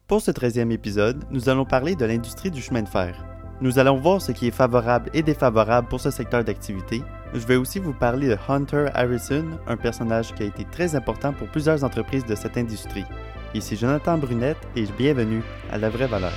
Pour ce 13e épisode, nous allons parler de l'industrie du chemin de fer. Nous allons voir ce qui est favorable et défavorable pour ce secteur d'activité. Je vais aussi vous parler de Hunter Harrison, un personnage qui a été très important pour plusieurs entreprises de cette industrie. Ici Jonathan Brunette et bienvenue à La Vraie Valeur.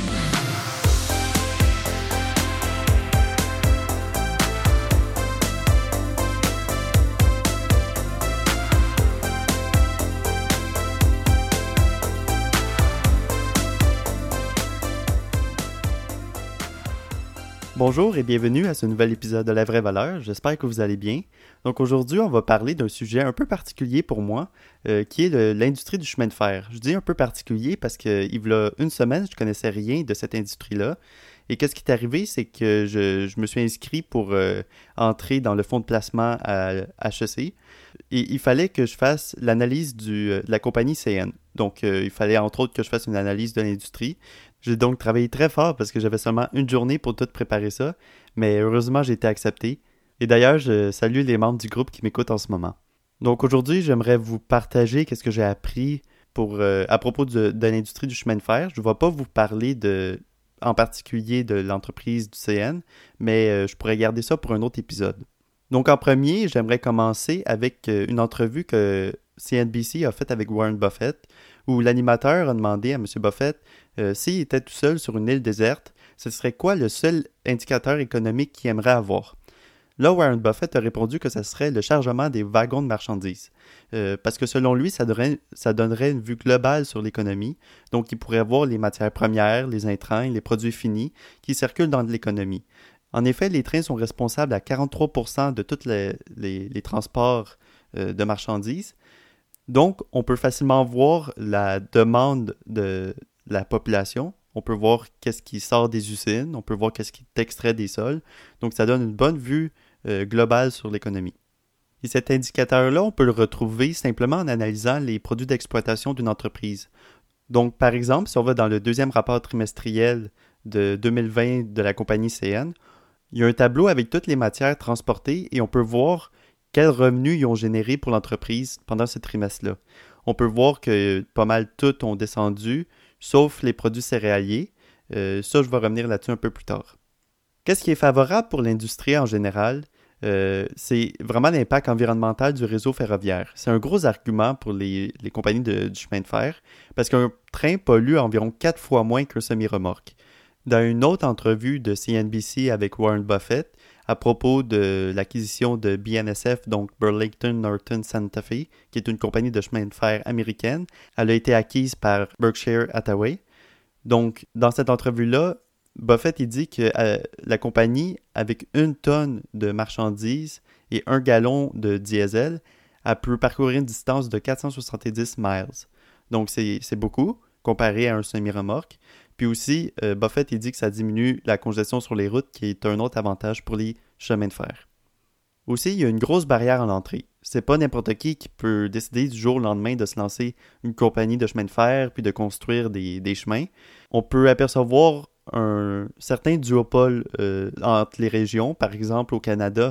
Bonjour et bienvenue à ce nouvel épisode de La Vraie Valeur, j'espère que vous allez bien. Donc aujourd'hui, on va parler d'un sujet un peu particulier pour moi, qui est l'industrie du chemin de fer. Je dis un peu particulier parce qu'il y a une semaine, je ne connaissais rien de cette industrie-là. Et qu'est-ce qui est arrivé, c'est que je me suis inscrit pour entrer dans le fonds de placement à HEC. Et il fallait que je fasse l'analyse de la compagnie CN. Donc, il fallait entre autres que je fasse une analyse de l'industrie. J'ai donc travaillé très fort parce que j'avais seulement une journée pour tout préparer ça. Mais heureusement, j'ai été accepté. Et d'ailleurs, je salue les membres du groupe qui m'écoutent en ce moment. Donc aujourd'hui, j'aimerais vous partager qu'est-ce que j'ai appris à propos de l'industrie du chemin de fer. Je ne vais pas vous parler en particulier de l'entreprise du CN, mais je pourrais garder ça pour un autre épisode. Donc en premier, j'aimerais commencer avec une entrevue que CNBC a faite avec Warren Buffett, où l'animateur a demandé à M. Buffett s'il était tout seul sur une île déserte, ce serait quoi le seul indicateur économique qu'il aimerait avoir? Là, Warren Buffett a répondu que ce serait le chargement des wagons de marchandises. Parce que selon lui, ça donnerait une vue globale sur l'économie. Donc, il pourrait voir les matières premières, les intrants et les produits finis qui circulent dans l'économie. En effet, les trains sont responsables à 43% de tous les transports de marchandises. Donc, on peut facilement voir la demande de la population. On peut voir qu'est-ce qui sort des usines. On peut voir qu'est-ce qui est extrait des sols. Donc, ça donne une bonne vue globale sur l'économie. Et cet indicateur-là, on peut le retrouver simplement en analysant les produits d'exploitation d'une entreprise. Donc, par exemple, si on va dans le deuxième rapport trimestriel de 2020 de la compagnie CN, il y a un tableau avec toutes les matières transportées et on peut voir quels revenus ils ont générés pour l'entreprise pendant ce trimestre-là. On peut voir que pas mal tout ont descendu, sauf les produits céréaliers. Ça, je vais revenir là-dessus un peu plus tard. Qu'est-ce qui est favorable pour l'industrie en général? C'est vraiment l'impact environnemental du réseau ferroviaire. C'est un gros argument pour les compagnies du chemin de fer, parce qu'un train pollue environ 4 fois moins qu'un semi-remorque. Dans une autre entrevue de CNBC avec Warren Buffett, à propos de l'acquisition de BNSF, donc Burlington Northern Santa Fe, qui est une compagnie de chemin de fer américaine, elle a été acquise par Berkshire Hathaway. Donc, dans cette entrevue-là, Buffett il dit que la compagnie, avec 1 tonne de marchandises et 1 gallon de diesel, elle peut parcourir une distance de 470 miles. Donc, c'est beaucoup comparé à un semi-remorque. Puis aussi, Buffett il dit que ça diminue la congestion sur les routes, qui est un autre avantage pour les chemins de fer. Aussi, il y a une grosse barrière à l'entrée. C'est pas n'importe qui peut décider du jour au lendemain de se lancer une compagnie de chemin de fer puis de construire des chemins. On peut apercevoir un certain duopole entre les régions. Par exemple, au Canada,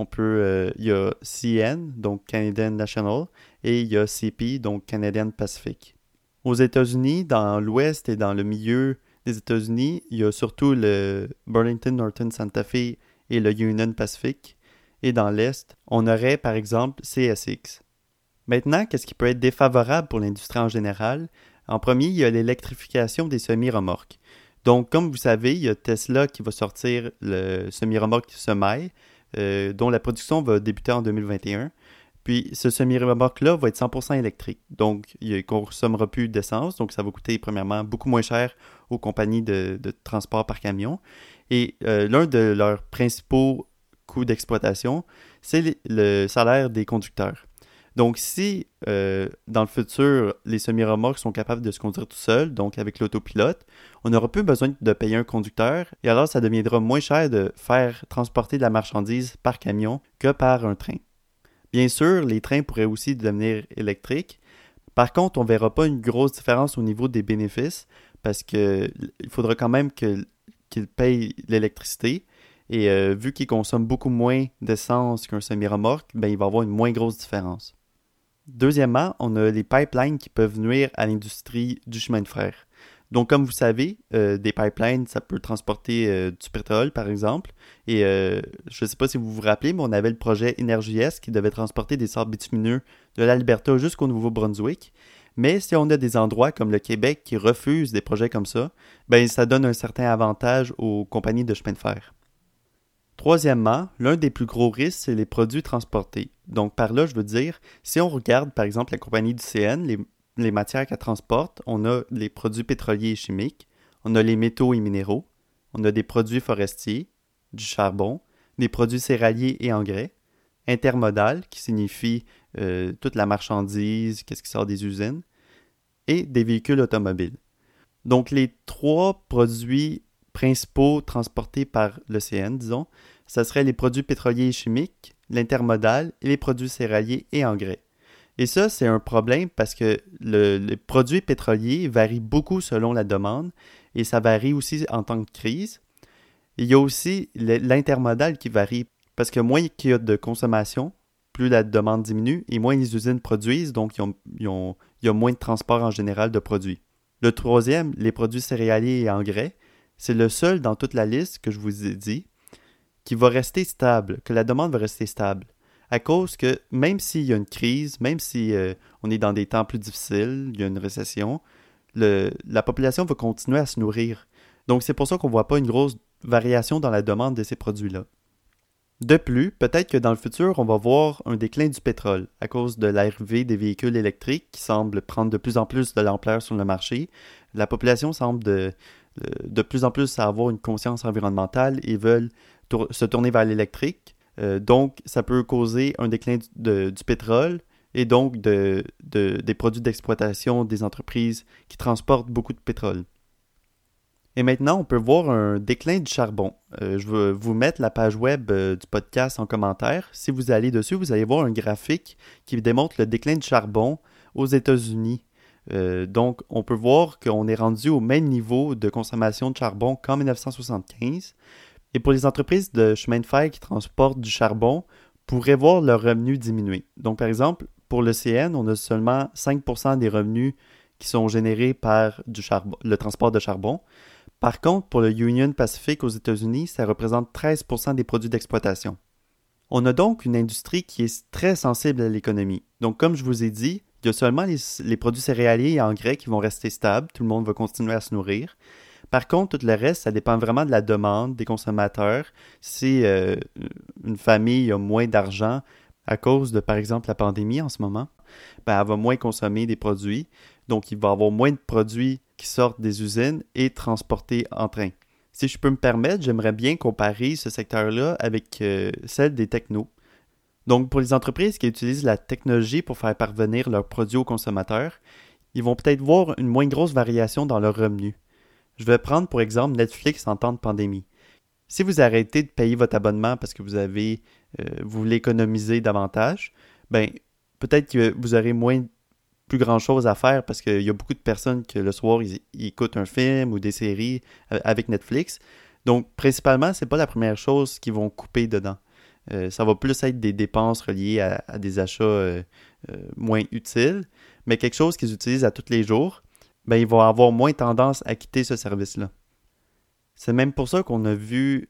il y a CN, donc Canadian National, et il y a CP, donc Canadian Pacific. Aux États-Unis, dans l'ouest et dans le milieu des États-Unis, il y a surtout le Burlington Northern Santa Fe et le Union Pacific. Et dans l'est, on aurait par exemple CSX. Maintenant, qu'est-ce qui peut être défavorable pour l'industrie en général? En premier, il y a l'électrification des semi-remorques. Donc, comme vous savez, il y a Tesla qui va sortir le semi-remorque Semi, dont la production va débuter en 2021. Puis, ce semi-remorque-là va être 100% électrique. Donc, il ne consommera plus d'essence. Donc, ça va coûter, premièrement, beaucoup moins cher aux compagnies de transport par camion. Et l'un de leurs principaux coûts d'exploitation, c'est le salaire des conducteurs. Donc, si dans le futur, les semi-remorques sont capables de se conduire tout seuls, donc avec l'autopilote, on n'aura plus besoin de payer un conducteur. Et alors, ça deviendra moins cher de faire transporter de la marchandise par camion que par un train. Bien sûr, les trains pourraient aussi devenir électriques. Par contre, on ne verra pas une grosse différence au niveau des bénéfices parce qu'il faudra quand même qu'ils payent l'électricité. Et vu qu'ils consomment beaucoup moins d'essence qu'un semi-remorque, il va y avoir une moins grosse différence. Deuxièmement, on a les pipelines qui peuvent nuire à l'industrie du chemin de fer. Donc, comme vous savez, des pipelines, ça peut transporter du pétrole, par exemple. Et je ne sais pas si vous vous rappelez, mais on avait le projet EnergyS qui devait transporter des sables bitumineux de l'Alberta jusqu'au Nouveau-Brunswick. Mais si on a des endroits comme le Québec qui refusent des projets comme ça, ben ça donne un certain avantage aux compagnies de chemin de fer. Troisièmement, l'un des plus gros risques, c'est les produits transportés. Donc par là, je veux dire, si on regarde par exemple la compagnie du CN, les matières qu'elle transporte, on a les produits pétroliers et chimiques, on a les métaux et minéraux, on a des produits forestiers, du charbon, des produits céréaliers et engrais, intermodal, qui signifie toute la marchandise, qu'est-ce qui sort des usines, et des véhicules automobiles. Donc les trois produits principaux transportés par l'OCN, disons, ce seraient les produits pétroliers et chimiques, l'intermodal et les produits céréaliers et engrais. Et ça, c'est un problème parce que les produits pétroliers varient beaucoup selon la demande et ça varie aussi en temps de crise. Il y a aussi l'intermodal qui varie parce que moins qu'il y a de consommation, plus la demande diminue et moins les usines produisent, donc il y a moins de transport en général de produits. Le troisième, les produits céréaliers et engrais, c'est le seul dans toute la liste que je vous ai dit qui va rester stable, que la demande va rester stable. À cause que même s'il y a une crise, même si on est dans des temps plus difficiles, il y a une récession, la population va continuer à se nourrir. Donc c'est pour ça qu'on ne voit pas une grosse variation dans la demande de ces produits-là. De plus, peut-être que dans le futur, on va voir un déclin du pétrole à cause de l'arrivée des véhicules électriques qui semblent prendre de plus en plus de l'ampleur sur le marché. La population semble de plus en plus avoir une conscience environnementale et veulent se tourner vers l'électrique. Donc, ça peut causer un déclin du pétrole et donc des produits d'exploitation des entreprises qui transportent beaucoup de pétrole. Et maintenant, on peut voir un déclin du charbon. Je vais vous mettre la page web du podcast en commentaire. Si vous allez dessus, vous allez voir un graphique qui démontre le déclin du charbon aux États-Unis. Donc, on peut voir qu'on est rendu au même niveau de consommation de charbon qu'en 1975. Et pour les entreprises de chemin de fer qui transportent du charbon, pourraient voir leurs revenus diminuer. Donc, par exemple, pour le CN, on a seulement 5% des revenus qui sont générés par le transport de charbon. Par contre, pour le Union Pacific aux États-Unis, ça représente 13% des produits d'exploitation. On a donc une industrie qui est très sensible à l'économie. Donc, comme je vous ai dit, il y a seulement les produits céréaliers et engrais qui vont rester stables. Tout le monde va continuer à se nourrir. Par contre, tout le reste, ça dépend vraiment de la demande des consommateurs. Si une famille a moins d'argent à cause de, par exemple, la pandémie en ce moment, ben, elle va moins consommer des produits. Donc, il va y avoir moins de produits qui sortent des usines et transportés en train. Si je peux me permettre, j'aimerais bien comparer ce secteur-là avec celle des technos. Donc, pour les entreprises qui utilisent la technologie pour faire parvenir leurs produits aux consommateurs, ils vont peut-être voir une moins grosse variation dans leurs revenus. Je vais prendre pour exemple Netflix en temps de pandémie. Si vous arrêtez de payer votre abonnement parce que vous voulez économiser davantage, ben peut-être que vous aurez plus grand chose à faire parce qu'il y a beaucoup de personnes que le soir ils écoutent un film ou des séries avec Netflix. Donc principalement, c'est pas la première chose qu'ils vont couper dedans. Ça va plus être des dépenses reliées à des achats moins utiles, mais quelque chose qu'ils utilisent à tous les jours, ben ils vont avoir moins tendance à quitter ce service-là. C'est même pour ça qu'on a vu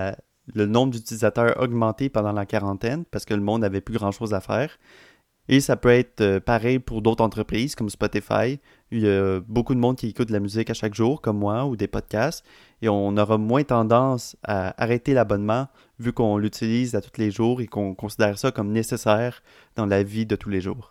le nombre d'utilisateurs augmenter pendant la quarantaine, parce que le monde n'avait plus grand-chose à faire. Et ça peut être pareil pour d'autres entreprises comme Spotify. Il y a beaucoup de monde qui écoute de la musique à chaque jour, comme moi, ou des podcasts. Et on aura moins tendance à arrêter l'abonnement vu qu'on l'utilise à tous les jours et qu'on considère ça comme nécessaire dans la vie de tous les jours.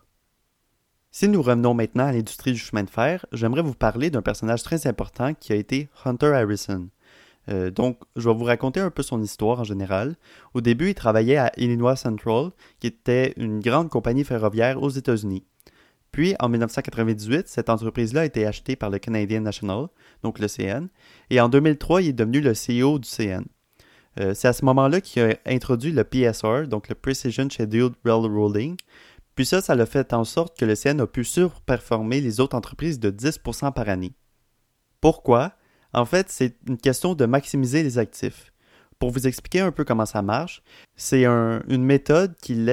Si nous revenons maintenant à l'industrie du chemin de fer, j'aimerais vous parler d'un personnage très important qui a été Hunter Harrison. Donc, je vais vous raconter un peu son histoire en général. Au début, il travaillait à Illinois Central, qui était une grande compagnie ferroviaire aux États-Unis. Puis, en 1998, cette entreprise-là a été achetée par le Canadian National, donc le CN, et en 2003, il est devenu le CEO du CN. C'est à ce moment-là qu'il a introduit le PSR, donc le Precision Scheduled Railroading. Puis ça l'a fait en sorte que le CN a pu surperformer les autres entreprises de 10% par année. Pourquoi? En fait, c'est une question de maximiser les actifs. Pour vous expliquer un peu comment ça marche, c'est une méthode qui laisse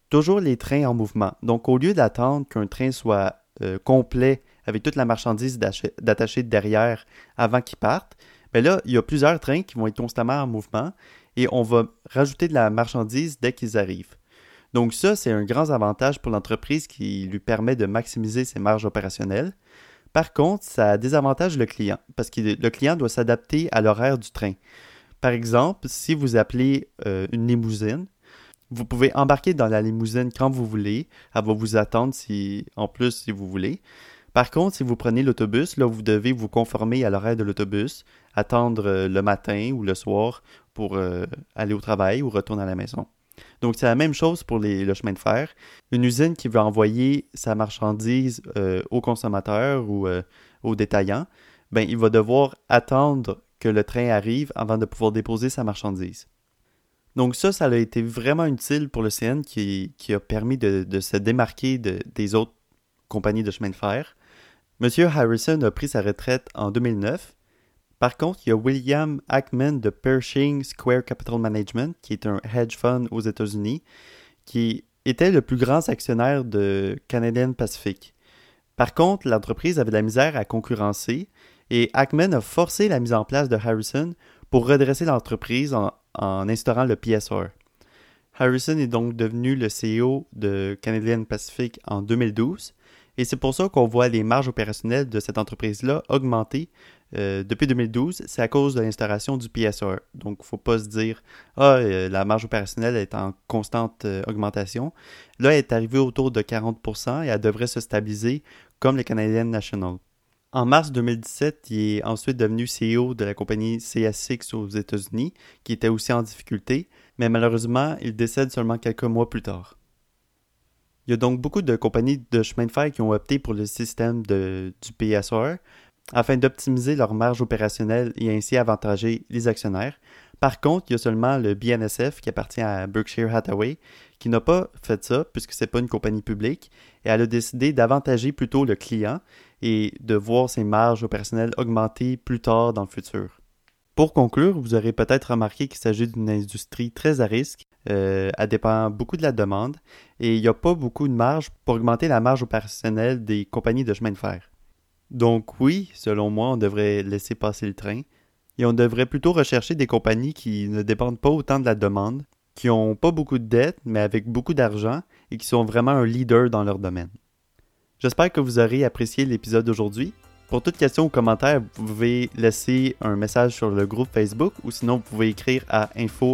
toujours les trains en mouvement. Donc, au lieu d'attendre qu'un train soit complet avec toute la marchandise d'attacher derrière avant qu'il parte, bien là, il y a plusieurs trains qui vont être constamment en mouvement et on va rajouter de la marchandise dès qu'ils arrivent. Donc ça, c'est un grand avantage pour l'entreprise qui lui permet de maximiser ses marges opérationnelles. Par contre, ça désavantage le client parce que le client doit s'adapter à l'horaire du train. Par exemple, si vous appelez une limousine, vous pouvez embarquer dans la limousine quand vous voulez. Elle va vous attendre si vous voulez. Par contre, si vous prenez l'autobus, là, vous devez vous conformer à l'horaire de l'autobus, attendre le matin ou le soir pour aller au travail ou retourner à la maison. Donc, c'est la même chose pour le chemin de fer. Une usine qui veut envoyer sa marchandise au consommateur ou au détaillant, ben, il va devoir attendre que le train arrive avant de pouvoir déposer sa marchandise. Donc ça a été vraiment utile pour le CN qui a permis de se démarquer des autres compagnies de chemin de fer. Monsieur Harrison a pris sa retraite en 2009. Par contre, il y a William Ackman de Pershing Square Capital Management, qui est un hedge fund aux États-Unis, qui était le plus grand actionnaire de Canadian Pacific. Par contre, l'entreprise avait de la misère à concurrencer et Ackman a forcé la mise en place de Harrison pour redresser l'entreprise en instaurant le PSR. Harrison est donc devenu le CEO de Canadian Pacific en 2012 et c'est pour ça qu'on voit les marges opérationnelles de cette entreprise-là augmenter depuis 2012. C'est à cause de l'instauration du PSR. Donc, il ne faut pas se dire « Ah, la marge opérationnelle est en constante augmentation ». Là, elle est arrivée autour de 40% et elle devrait se stabiliser comme le Canadian National. En mars 2017, il est ensuite devenu CEO de la compagnie CSX aux États-Unis, qui était aussi en difficulté, mais malheureusement, il décède seulement quelques mois plus tard. Il y a donc beaucoup de compagnies de chemin de fer qui ont opté pour le système du PSR afin d'optimiser leur marge opérationnelle et ainsi avantager les actionnaires. Par contre, il y a seulement le BNSF qui appartient à Berkshire Hathaway qui n'a pas fait ça puisque ce n'est pas une compagnie publique et elle a décidé d'avantager plutôt le client et de voir ses marges opérationnelles augmenter plus tard dans le futur. Pour conclure, vous aurez peut-être remarqué qu'il s'agit d'une industrie très à risque. Elle dépend beaucoup de la demande et il n'y a pas beaucoup de marge pour augmenter la marge opérationnelle des compagnies de chemin de fer. Donc oui, selon moi, on devrait laisser passer le train et on devrait plutôt rechercher des compagnies qui ne dépendent pas autant de la demande, qui n'ont pas beaucoup de dettes mais avec beaucoup d'argent et qui sont vraiment un leader dans leur domaine. J'espère que vous aurez apprécié l'épisode d'aujourd'hui. Pour toute question ou commentaire, vous pouvez laisser un message sur le groupe Facebook ou sinon vous pouvez écrire à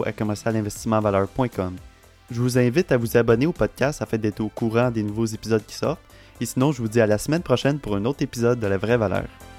info@commercialinvestissementvaleur.com. Je vous invite à vous abonner au podcast afin d'être au courant des nouveaux épisodes qui sortent. Et sinon, je vous dis à la semaine prochaine pour un autre épisode de La Vraie Valeur.